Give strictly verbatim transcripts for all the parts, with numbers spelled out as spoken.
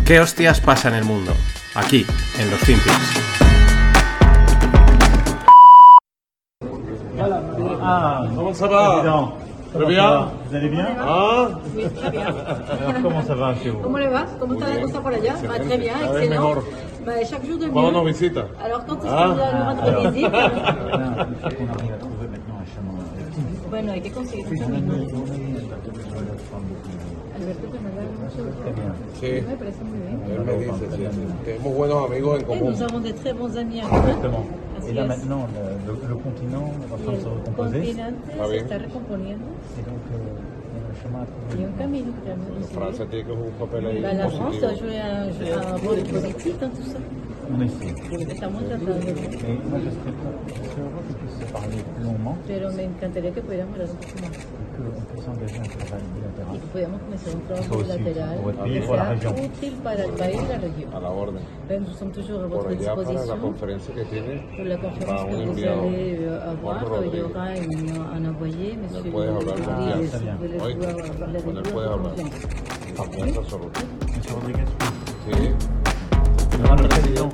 ¿Qué hostias pasa en el mundo? Aquí, en los Finpics. Ah, comment ça va? Très bien. Vous allez bien? Ah, Oui, très bien. Comment ça va chez vous? ¿Cómo le va? ¿Cómo está la cosa por allá? Va très bien, Cada vez excellent. mejor. Bah, chaque jour de ¿cuándo nos mieux. visita? Alors quand est-ce Ah. qu'on a le droit de visite? Là, il faut qu'on arrive à trouver maintenant un chemin. Bueno, hay que conseguir un On a camino. mis- on a mis la de femme depuis- Alberto que me habla mucho de Très bien. Sí, Me parece muy bien. él me dice, sí, sí. Tenemos buenos amigos en Et común. nous avons de très bons amis en commun. Exactement. Así Et là es. maintenant, le, le- le continent est en Y train de se el recomposer. continente Ah, se bien. está recomponiendo Et donc, euh, il y a un chemin à trouver. y un camino que hemos Francia conseguido. tiene que jugar un papel ahí Bah, la France positivo. doit jouer un, un rôle positif dans tout ça. On essaie. Estamos tratando de... Et moi, je serais, je serais heureux qu'on puisse se parler plus longuement Pero me encantaría que pudiéramos hablar un poco más. et qu'on puisse engager un travail Y bilatéral. que pudiéramos comenzar un trabajo Eso sí, bilateral pour votre que pays, pour la sea région. útil para el país y la región. A la orden. Ben, nous sommes toujours à Por votre allá para la disposition conferencia que tiene, pour la va conférence que un vous enviado. allez euh, avoir. Juan Il y Rodríguez. aura une- un envoyé, monsieur puedes hablar Rodríguez, confianza. si vous voulez Oye, pouvoir parler con él avec puedes vous en hablar. confiance. Confianza absoluta. Monsieur Rodriguez, Sí. Madame le Président.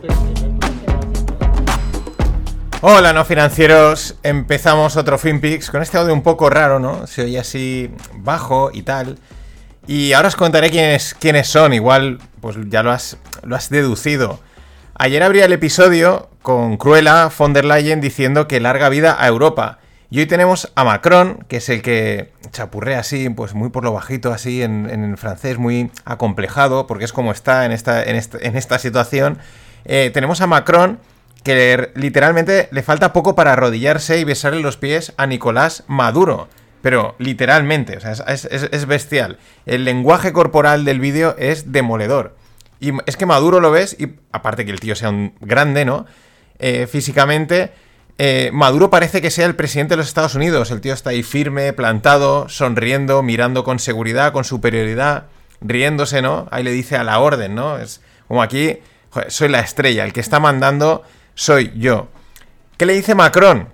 Hola, no financieros. Empezamos otro Finpics con este audio un poco raro, ¿no? Se oye así bajo y tal. Y ahora os contaré quiénes, quiénes son. Igual, pues ya lo has, lo has deducido. Ayer abría el episodio con Cruella von der Leyen diciendo que larga vida a Europa. Y hoy tenemos a Macron, que es el que chapurrea así, pues muy por lo bajito, así en, en francés, muy acomplejado, porque es como está en esta, en esta, en esta situación. Eh, tenemos a Macron, que literalmente le falta poco para arrodillarse y besarle los pies a Nicolás Maduro. Pero literalmente, o sea, es, es, es bestial. El lenguaje corporal del vídeo es demoledor. Y es que Maduro lo ves, y aparte que el tío sea un grande, ¿no? Eh, físicamente, eh, Maduro parece que sea el presidente de los Estados Unidos. El tío está ahí firme, plantado, sonriendo, mirando con seguridad, con superioridad, riéndose, ¿no? Ahí le dice a la orden, ¿no? Es como aquí, joder, soy la estrella, el que está mandando soy yo. ¿Qué le dice Macron?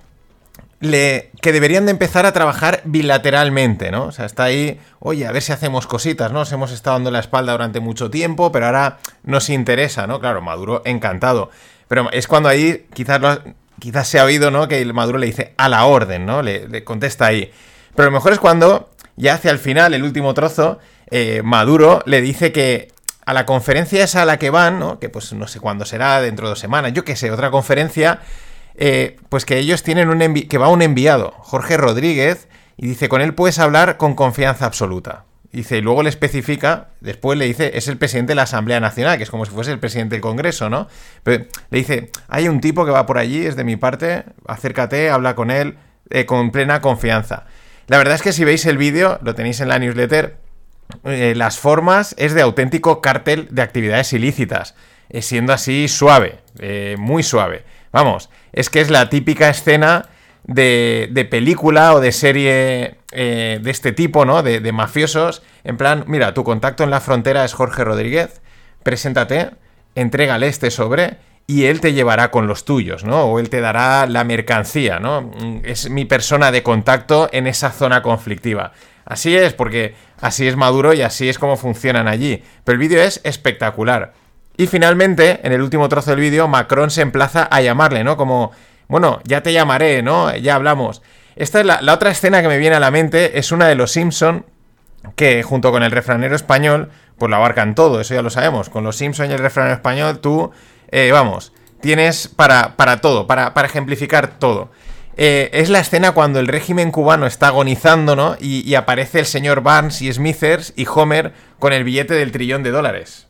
Le, que deberían de empezar a trabajar bilateralmente, ¿no? O sea, está ahí, oye, a ver si hacemos cositas, ¿no? Nos hemos estado dando la espalda durante mucho tiempo, pero ahora nos interesa, ¿no? Claro, Maduro encantado. Pero es cuando ahí quizás, lo, quizás se ha oído, ¿no? Que el Maduro le dice a la orden, ¿no? Le, le contesta ahí. Pero lo mejor es cuando, ya hacia el final, el último trozo, eh, Maduro le dice que a la conferencia esa a la que van, ¿no? Que pues no sé cuándo será, dentro de dos semanas, yo qué sé, otra conferencia... Eh, pues que ellos tienen un envi- que va un enviado, Jorge Rodríguez, y dice, con él puedes hablar con confianza absoluta. Dice, y luego le especifica, después le dice, es el presidente de la Asamblea Nacional, que es como si fuese el presidente del Congreso, ¿no? Pero le dice, hay un tipo que va por allí, es de mi parte, acércate, habla con él, eh, con plena confianza. La verdad es que si veis el vídeo, lo tenéis en la newsletter, eh, las formas es de auténtico cártel de actividades ilícitas, eh, siendo así suave, eh, muy suave. Vamos, es que es la típica escena de, de película o de serie eh, de este tipo, ¿no? De, de mafiosos. En plan, mira, tu contacto en la frontera es Jorge Rodríguez, preséntate, entrégale este sobre y él te llevará con los tuyos, ¿no? O él te dará la mercancía, ¿no? Es mi persona de contacto en esa zona conflictiva. Así es, porque así es Maduro y así es como funcionan allí. Pero el vídeo es espectacular. Y finalmente, en el último trozo del vídeo, Macron se emplaza a llamarle, ¿no? Como, bueno, ya te llamaré, ¿no? Ya hablamos. Esta es la, la otra escena que me viene a la mente, es una de los Simpson, que junto con el refranero español, pues lo abarcan todo, eso ya lo sabemos. Con los Simpson y el refranero español, tú, eh, vamos, tienes para, para todo, para, para ejemplificar todo. Eh, es la escena cuando el régimen cubano está agonizando, ¿no? Y, y aparece el señor Barnes y Smithers y Homer con el billete del trillón de dólares.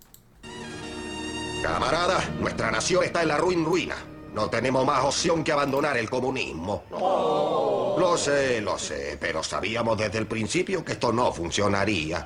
Camarada, nuestra nación está en la ruin ruina. No tenemos más opción que abandonar el comunismo. Oh. Lo sé, lo sé, pero sabíamos desde el principio que esto no funcionaría.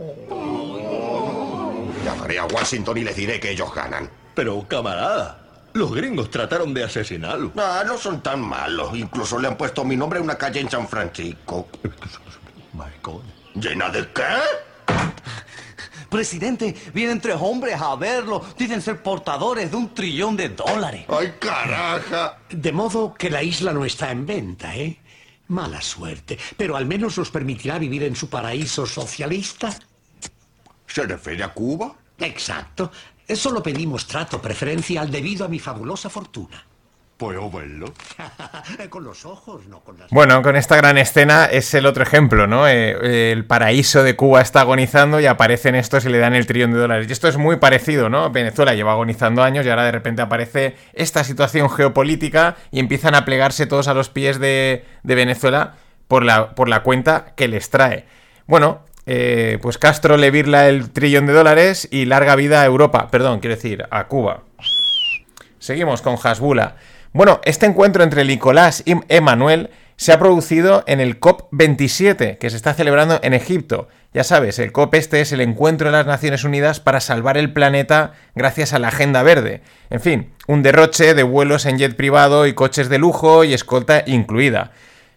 Oh. Llamaré a Washington y les diré que ellos ganan. Pero, camarada, los gringos trataron de asesinarlo. Ah, no son tan malos. Incluso le han puesto mi nombre a una calle en San Francisco. My God. ¿Llena de qué? Presidente, vienen tres hombres a verlo. Dicen ser portadores de un trillón de dólares. ¡Ay, caraja! De modo que la isla no está en venta, ¿eh? Mala suerte. Pero al menos nos permitirá vivir en su paraíso socialista. ¿Se refiere a Cuba? Exacto. Solo pedimos trato preferencial debido a mi fabulosa fortuna. ¿Puedo verlo? Con los ojos, no con las... Bueno, con esta gran escena es el otro ejemplo, ¿no? Eh, el paraíso de Cuba está agonizando y aparecen estos y le dan el trillón de dólares. Y esto es muy parecido, ¿no? Venezuela lleva agonizando años y ahora de repente aparece esta situación geopolítica y empiezan a plegarse todos a los pies de, de Venezuela por la, por la cuenta que les trae. Bueno, eh, pues Castro le virla el trillón de dólares y larga vida a Europa. Perdón, quiero decir, a Cuba. Seguimos con Hasbula. Bueno, este encuentro entre Nicolás y Emmanuel se ha producido en el COP veintisiete, que se está celebrando en Egipto. Ya sabes, el COP este es el encuentro de las Naciones Unidas para salvar el planeta gracias a la Agenda Verde. En fin, un derroche de vuelos en jet privado y coches de lujo y escolta incluida.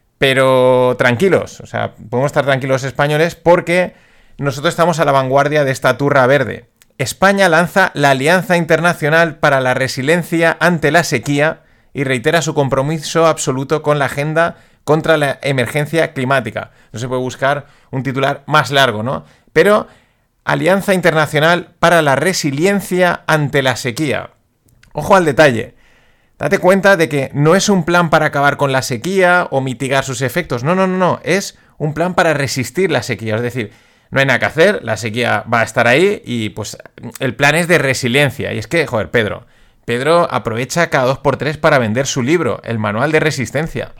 Pero tranquilos, o sea, podemos estar tranquilos españoles porque nosotros estamos a la vanguardia de esta turra verde. España lanza la Alianza Internacional para la Resiliencia ante la Sequía y reitera su compromiso absoluto con la agenda contra la emergencia climática. No se puede buscar un titular más largo, ¿no? Pero Alianza Internacional para la Resiliencia ante la Sequía. Ojo al detalle. Date cuenta de que no es un plan para acabar con la sequía o mitigar sus efectos. No, no, no, no. Es un plan para resistir la sequía. Es decir, no hay nada que hacer, la sequía va a estar ahí y pues el plan es de resiliencia. Y es que, joder, Pedro... Pedro aprovecha cada dos por tres para vender su libro, el Manual de Resistencia.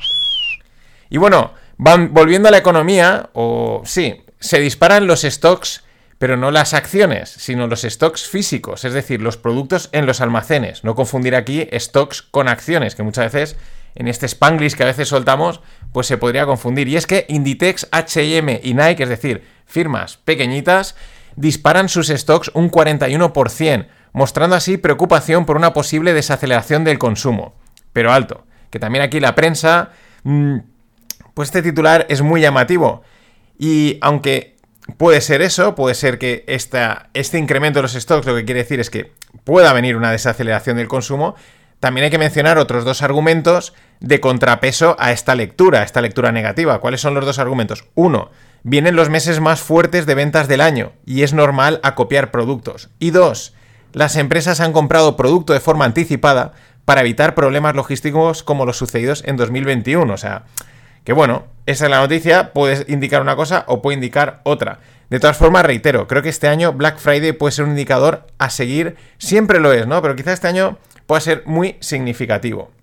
Y bueno, van volviendo a la economía, o sí, se disparan los stocks, pero no las acciones, sino los stocks físicos, es decir, los productos en los almacenes. No confundir aquí stocks con acciones, que muchas veces en este Spanglish que a veces soltamos, pues se podría confundir. Y es que Inditex, H y M y Nike, es decir, firmas pequeñitas, disparan sus stocks un cuarenta y uno por ciento, mostrando así preocupación por una posible desaceleración del consumo. Pero alto, que también aquí la prensa, mmm, pues este titular es muy llamativo. Y aunque puede ser eso, puede ser que esta, este incremento de los stocks lo que quiere decir es que pueda venir una desaceleración del consumo, también hay que mencionar otros dos argumentos de contrapeso a esta lectura, a esta lectura negativa. ¿Cuáles son los dos argumentos? Uno, vienen los meses más fuertes de ventas del año y es normal acopiar productos. Y dos, las empresas han comprado producto de forma anticipada para evitar problemas logísticos como los sucedidos en dos mil veintiuno. O sea, que bueno, esa es la noticia, puede indicar una cosa o puede indicar otra. De todas formas, reitero, creo que este año Black Friday puede ser un indicador a seguir, siempre lo es, ¿no? Pero quizá este año pueda ser muy significativo.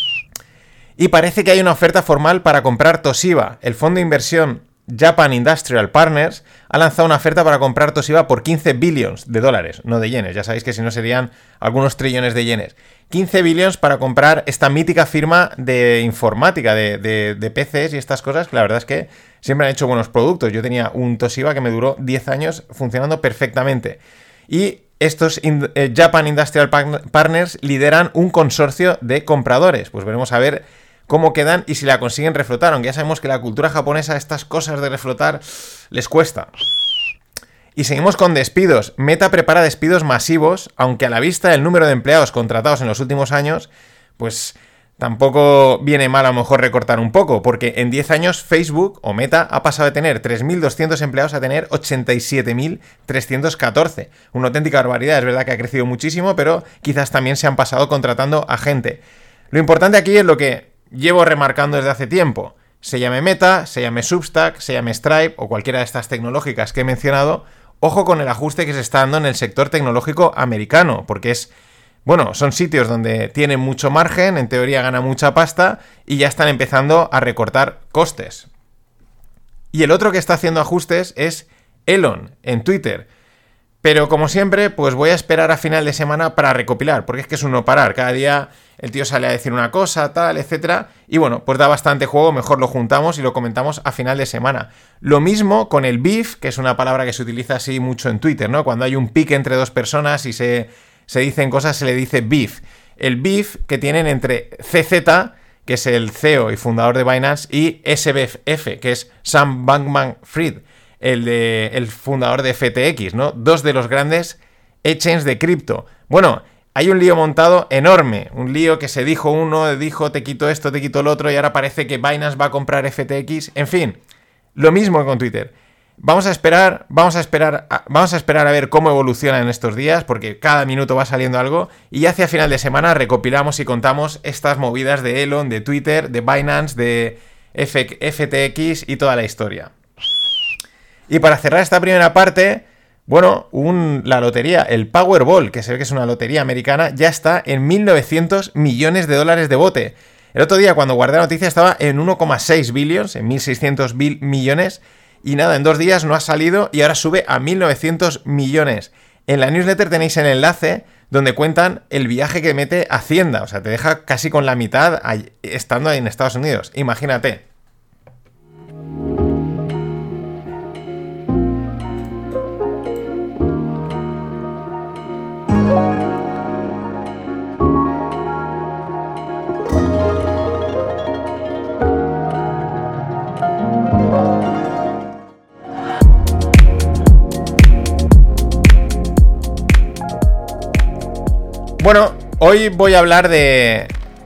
Y parece que hay una oferta formal para comprar Toshiba. El fondo de inversión Japan Industrial Partners ha lanzado una oferta para comprar Toshiba por quince billones de dólares, no de yenes. Ya sabéis que si no serían algunos trillones de yenes. quince billones para comprar esta mítica firma de informática, de, de, de P Cs y estas cosas, que la verdad es que siempre han hecho buenos productos. Yo tenía un Toshiba que me duró diez años funcionando perfectamente. Y estos in, eh, Japan Industrial Partners lideran un consorcio de compradores. Pues veremos a ver cómo quedan y si la consiguen reflotar, aunque ya sabemos que la cultura japonesa estas cosas de reflotar les cuesta. Y seguimos con despidos. Meta prepara despidos masivos, aunque a la vista del número de empleados contratados en los últimos años, pues tampoco viene mal a lo mejor recortar un poco, porque en diez años Facebook o Meta ha pasado de tener tres mil doscientos empleados a tener ochenta y siete mil trescientos catorce. Una auténtica barbaridad, es verdad que ha crecido muchísimo, pero quizás también se han pasado contratando a gente. Lo importante aquí es lo que llevo remarcando desde hace tiempo. Se llame Meta, se llame Substack, se llame Stripe o cualquiera de estas tecnológicas que he mencionado, ojo con el ajuste que se está dando en el sector tecnológico americano, porque es, bueno, son sitios donde tienen mucho margen, en teoría ganan mucha pasta y ya están empezando a recortar costes. Y el otro que está haciendo ajustes es Elon, en Twitter. Pero como siempre, pues voy a esperar a final de semana para recopilar, porque es que es un no parar. Cada día el tío sale a decir una cosa, tal, etcétera. Y bueno, pues da bastante juego, mejor lo juntamos y lo comentamos a final de semana. Lo mismo con el beef, que es una palabra que se utiliza así mucho en Twitter, ¿no? Cuando hay un pique entre dos personas y se, se dicen cosas, se le dice beef. El beef que tienen entre C Z, que es el C E O y fundador de Binance, y S B F, que es Sam Bankman-Fried, el, de, el fundador de F T X, ¿no? Dos de los grandes exchanges de cripto. Bueno, hay un lío montado enorme, un lío que se dijo uno, dijo te quito esto, te quito lo otro, y ahora parece que Binance va a comprar F T X. En fin, lo mismo que con Twitter. Vamos a esperar, vamos a esperar, a, vamos a esperar a ver cómo evoluciona en estos días, porque cada minuto va saliendo algo, y hacia final de semana recopilamos y contamos estas movidas de Elon, de Twitter, de Binance, de F- FTX y toda la historia. Y para cerrar esta primera parte, bueno, un, la lotería, el Powerball, que se ve que es una lotería americana, ya está en mil novecientos millones de dólares de bote. El otro día, cuando guardé la noticia, estaba en uno coma seis billions, en mil seiscientos millones. Y nada, en dos días no ha salido y ahora sube a mil novecientos millones. En la newsletter tenéis el enlace donde cuentan el viaje que mete Hacienda. O sea, te deja casi con la mitad ahí, estando ahí en Estados Unidos. Imagínate. Bueno, hoy voy a hablar de,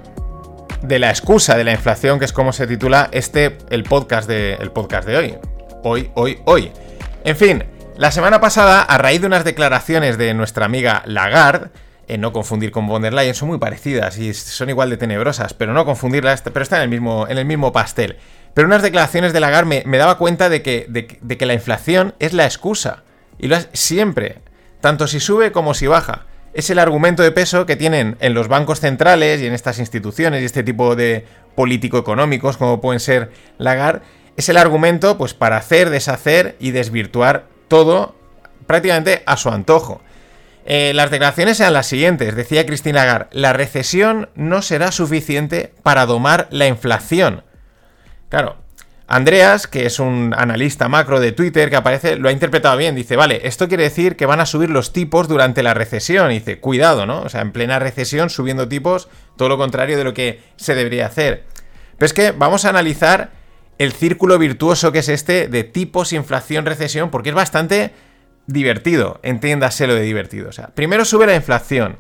de la excusa de la inflación, que es como se titula este, el podcast de, el podcast de hoy. Hoy, hoy, hoy. En fin, la semana pasada, a raíz de unas declaraciones de nuestra amiga Lagarde, en no confundir con von der Leyen, son muy parecidas y son igual de tenebrosas, pero no confundirlas, pero están en el mismo, en el mismo pastel. Pero unas declaraciones de Lagarde me, me daba cuenta de que, de, de que la inflación es la excusa. Y lo es siempre, tanto si sube como si baja. Es el argumento de peso que tienen en los bancos centrales y en estas instituciones y este tipo de político-económicos, como pueden ser Lagarde, es el argumento pues para hacer, deshacer y desvirtuar todo prácticamente a su antojo. Eh, las declaraciones eran las siguientes. Decía Christine Lagarde: la recesión no será suficiente para domar la inflación. Claro, Andreas, que es un analista macro de Twitter que aparece, lo ha interpretado bien. Dice, vale, esto quiere decir que van a subir los tipos durante la recesión. Y dice, cuidado, ¿no? O sea, en plena recesión subiendo tipos, todo lo contrario de lo que se debería hacer. Pero es que vamos a analizar el círculo virtuoso que es este de tipos, inflación, recesión, porque es bastante divertido, entiéndase lo de divertido. O sea, primero sube la inflación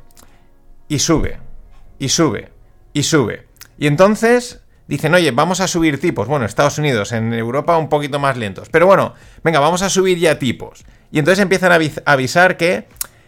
y sube, y sube, y sube. Y entonces dicen, oye, vamos a subir tipos. Bueno, Estados Unidos, en Europa un poquito más lentos. Pero bueno, venga, vamos a subir ya tipos. Y entonces empiezan a avisar que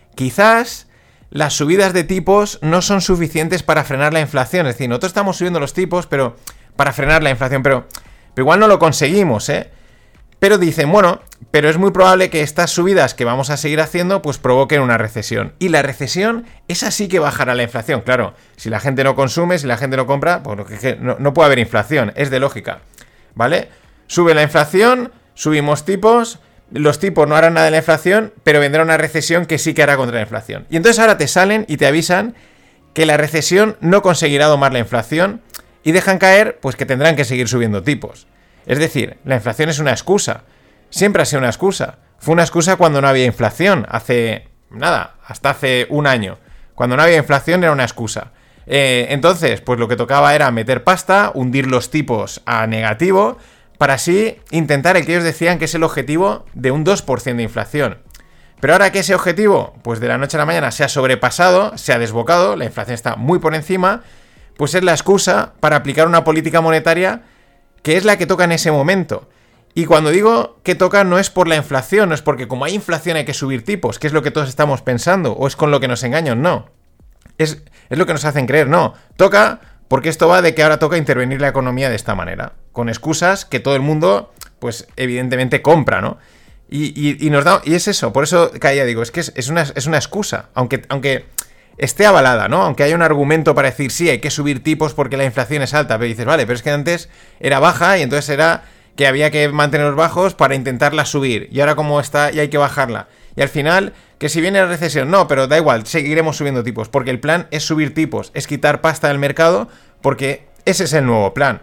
quizás las subidas de tipos no son suficientes para frenar la inflación. Es decir, nosotros estamos subiendo los tipos pero para frenar la inflación, pero, pero igual no lo conseguimos, ¿eh? Pero dicen, bueno, pero es muy probable que estas subidas que vamos a seguir haciendo pues provoquen una recesión. Y la recesión es así que bajará la inflación. Claro, si la gente no consume, si la gente no compra, pues no, no puede haber inflación, es de lógica, ¿vale? Sube la inflación, subimos tipos, los tipos no harán nada de la inflación, pero vendrá una recesión que sí que hará contra la inflación. Y entonces ahora te salen y te avisan que la recesión no conseguirá domar la inflación y dejan caer pues que tendrán que seguir subiendo tipos. Es decir, la inflación es una excusa. Siempre ha sido una excusa. Fue una excusa cuando no había inflación. Hace, nada, hasta hace un año. Cuando no había inflación era una excusa. Eh, entonces, pues lo que tocaba era meter pasta, hundir los tipos a negativo, para así intentar el que ellos decían que es el objetivo de un dos por ciento de inflación. Pero ahora que ese objetivo, pues de la noche a la mañana se ha sobrepasado, se ha desbocado, la inflación está muy por encima, pues es la excusa para aplicar una política monetaria que es la que toca en ese momento. Y cuando digo que toca no es por la inflación, no es porque como hay inflación hay que subir tipos, que es lo que todos estamos pensando, o es con lo que nos engañan, no. Es, es lo que nos hacen creer, no. Toca porque esto va de que ahora toca intervenir la economía de esta manera, con excusas que todo el mundo, pues evidentemente compra, ¿no? Y, y, y nos da, y es eso, por eso caía, digo, es que es, es, una, es una excusa, aunque... aunque esté avalada, ¿no? Aunque haya un argumento para decir, sí, hay que subir tipos porque la inflación es alta, pero dices, vale, pero es que antes era baja y entonces era que había que mantenerlos bajos para intentarla subir, y ahora como está y hay que bajarla. Y al final, que si viene la recesión, no, pero da igual, seguiremos subiendo tipos, porque el plan es subir tipos, es quitar pasta del mercado, porque ese es el nuevo plan.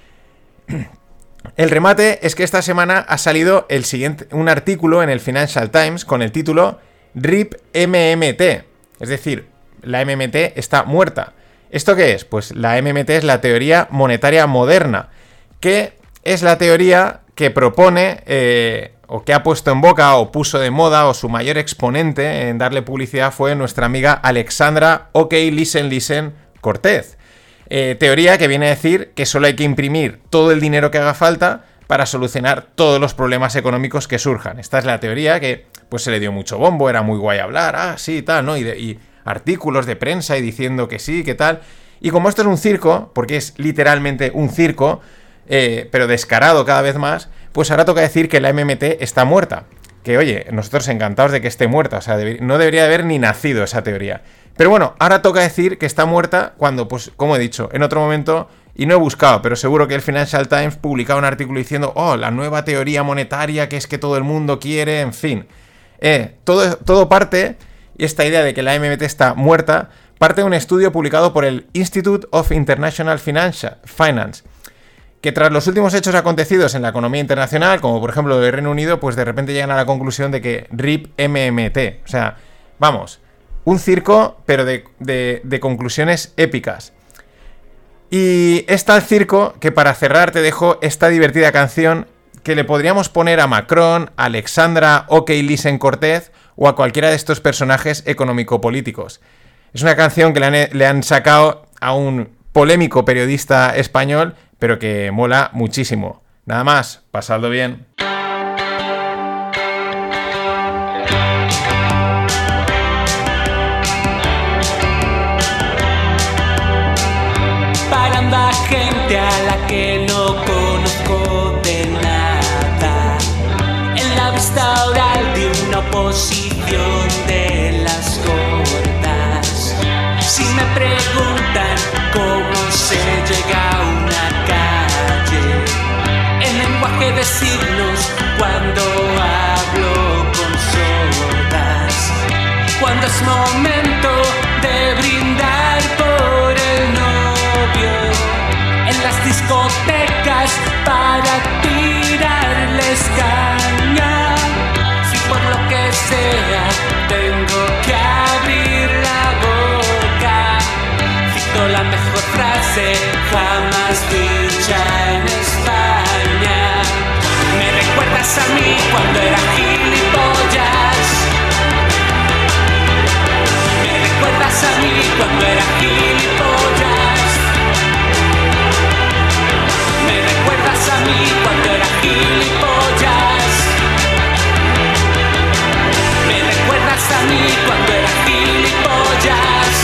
El remate es que esta semana ha salido el siguiente, un artículo en el Financial Times con el título R I P M M T, es decir, la M M T está muerta. ¿Esto qué es? Pues la M M T es la teoría monetaria moderna, que es la teoría que propone, eh, o que ha puesto en boca, o puso de moda, o su mayor exponente en darle publicidad fue nuestra amiga Alexandra OK Listen Listen Cortez. Eh, teoría que viene a decir que solo hay que imprimir todo el dinero que haga falta para solucionar todos los problemas económicos que surjan. Esta es la teoría que pues se le dio mucho bombo, era muy guay hablar, ah, sí, tal, ¿no? Y, de, y artículos de prensa y diciendo que sí, que tal. Y como esto es un circo, porque es literalmente un circo, eh, pero descarado cada vez más, pues ahora toca decir que la M M T está muerta. Que oye, nosotros encantados de que esté muerta, o sea, deb- no debería haber ni nacido esa teoría. Pero bueno, ahora toca decir que está muerta cuando, pues, como he dicho, en otro momento, y no he buscado, pero seguro que el Financial Times publicaba un artículo diciendo, oh, la nueva teoría monetaria que es que todo el mundo quiere, en fin. Eh, todo, todo parte, y esta idea de que la M M T está muerta, parte de un estudio publicado por el Institute of International Finance, Finance, que tras los últimos hechos acontecidos en la economía internacional, como por ejemplo el Reino Unido, pues de repente llegan a la conclusión de que R I P M M T. O sea, vamos, un circo, pero de, de, de conclusiones épicas. Y es tal circo que para cerrar te dejo esta divertida canción que le podríamos poner a Macron, a Alexandra O'Keefe Cortez o a cualquiera de estos personajes económico-políticos. Es una canción que le han, le han sacado a un polémico periodista español, pero que mola muchísimo. Nada más, pasadlo bien. Para gente a la que no conozco de nada, en la vista oral de una oposición de las cortas. Si me preguntan cómo se llega a una calle, en lenguaje de signos, cuando hablo con sordas, cuando es momento de brindar por el novio, en las discotecas para tirarles caña. Si por lo que sea tengo que abrir la boca, cito la mejor frase jamás dicha en España. Me recuerdas a mí cuando era gilipollas. Me recuerdas a mí cuando era gilipollas. Me recuerdas a mí cuando era gilipollas. Me recuerdas a mí cuando era gilipollas.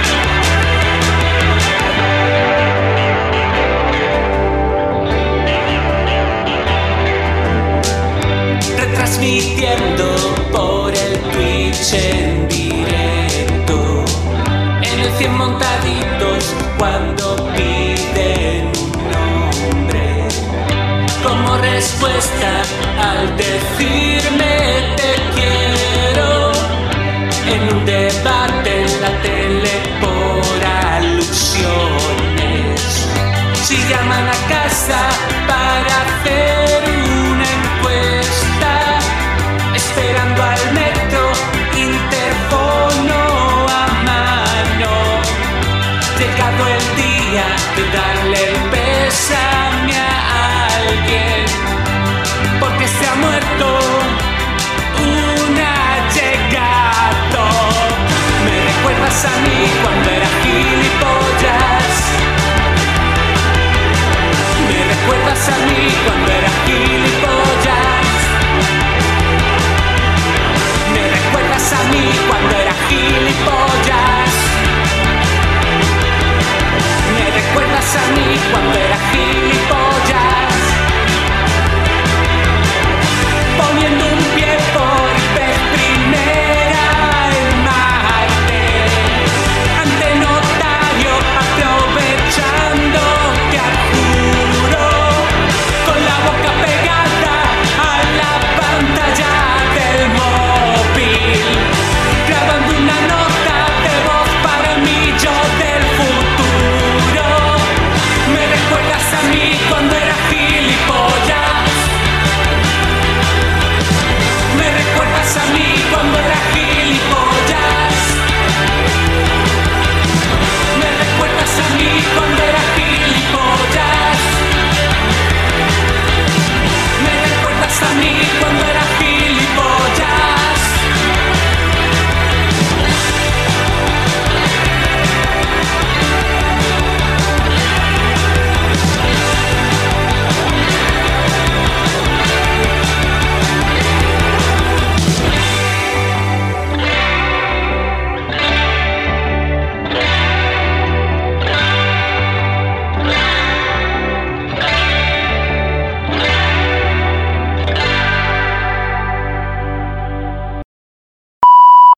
Retransmitiendo por el Twitch en directo, en el cien montaditos cuando piden un nombre, como respuesta al decirme te quiero, en un debate en la tele por alusiones. Si llaman a casa para hacer una encuesta, esperando al metro, interfono a mano. Llegado el día de darle el pésame a alguien, porque se ha muerto un allegado. Me recuerdas a mí cuando era gilipollas. Me recuerdas a mí cuando era gilipollas.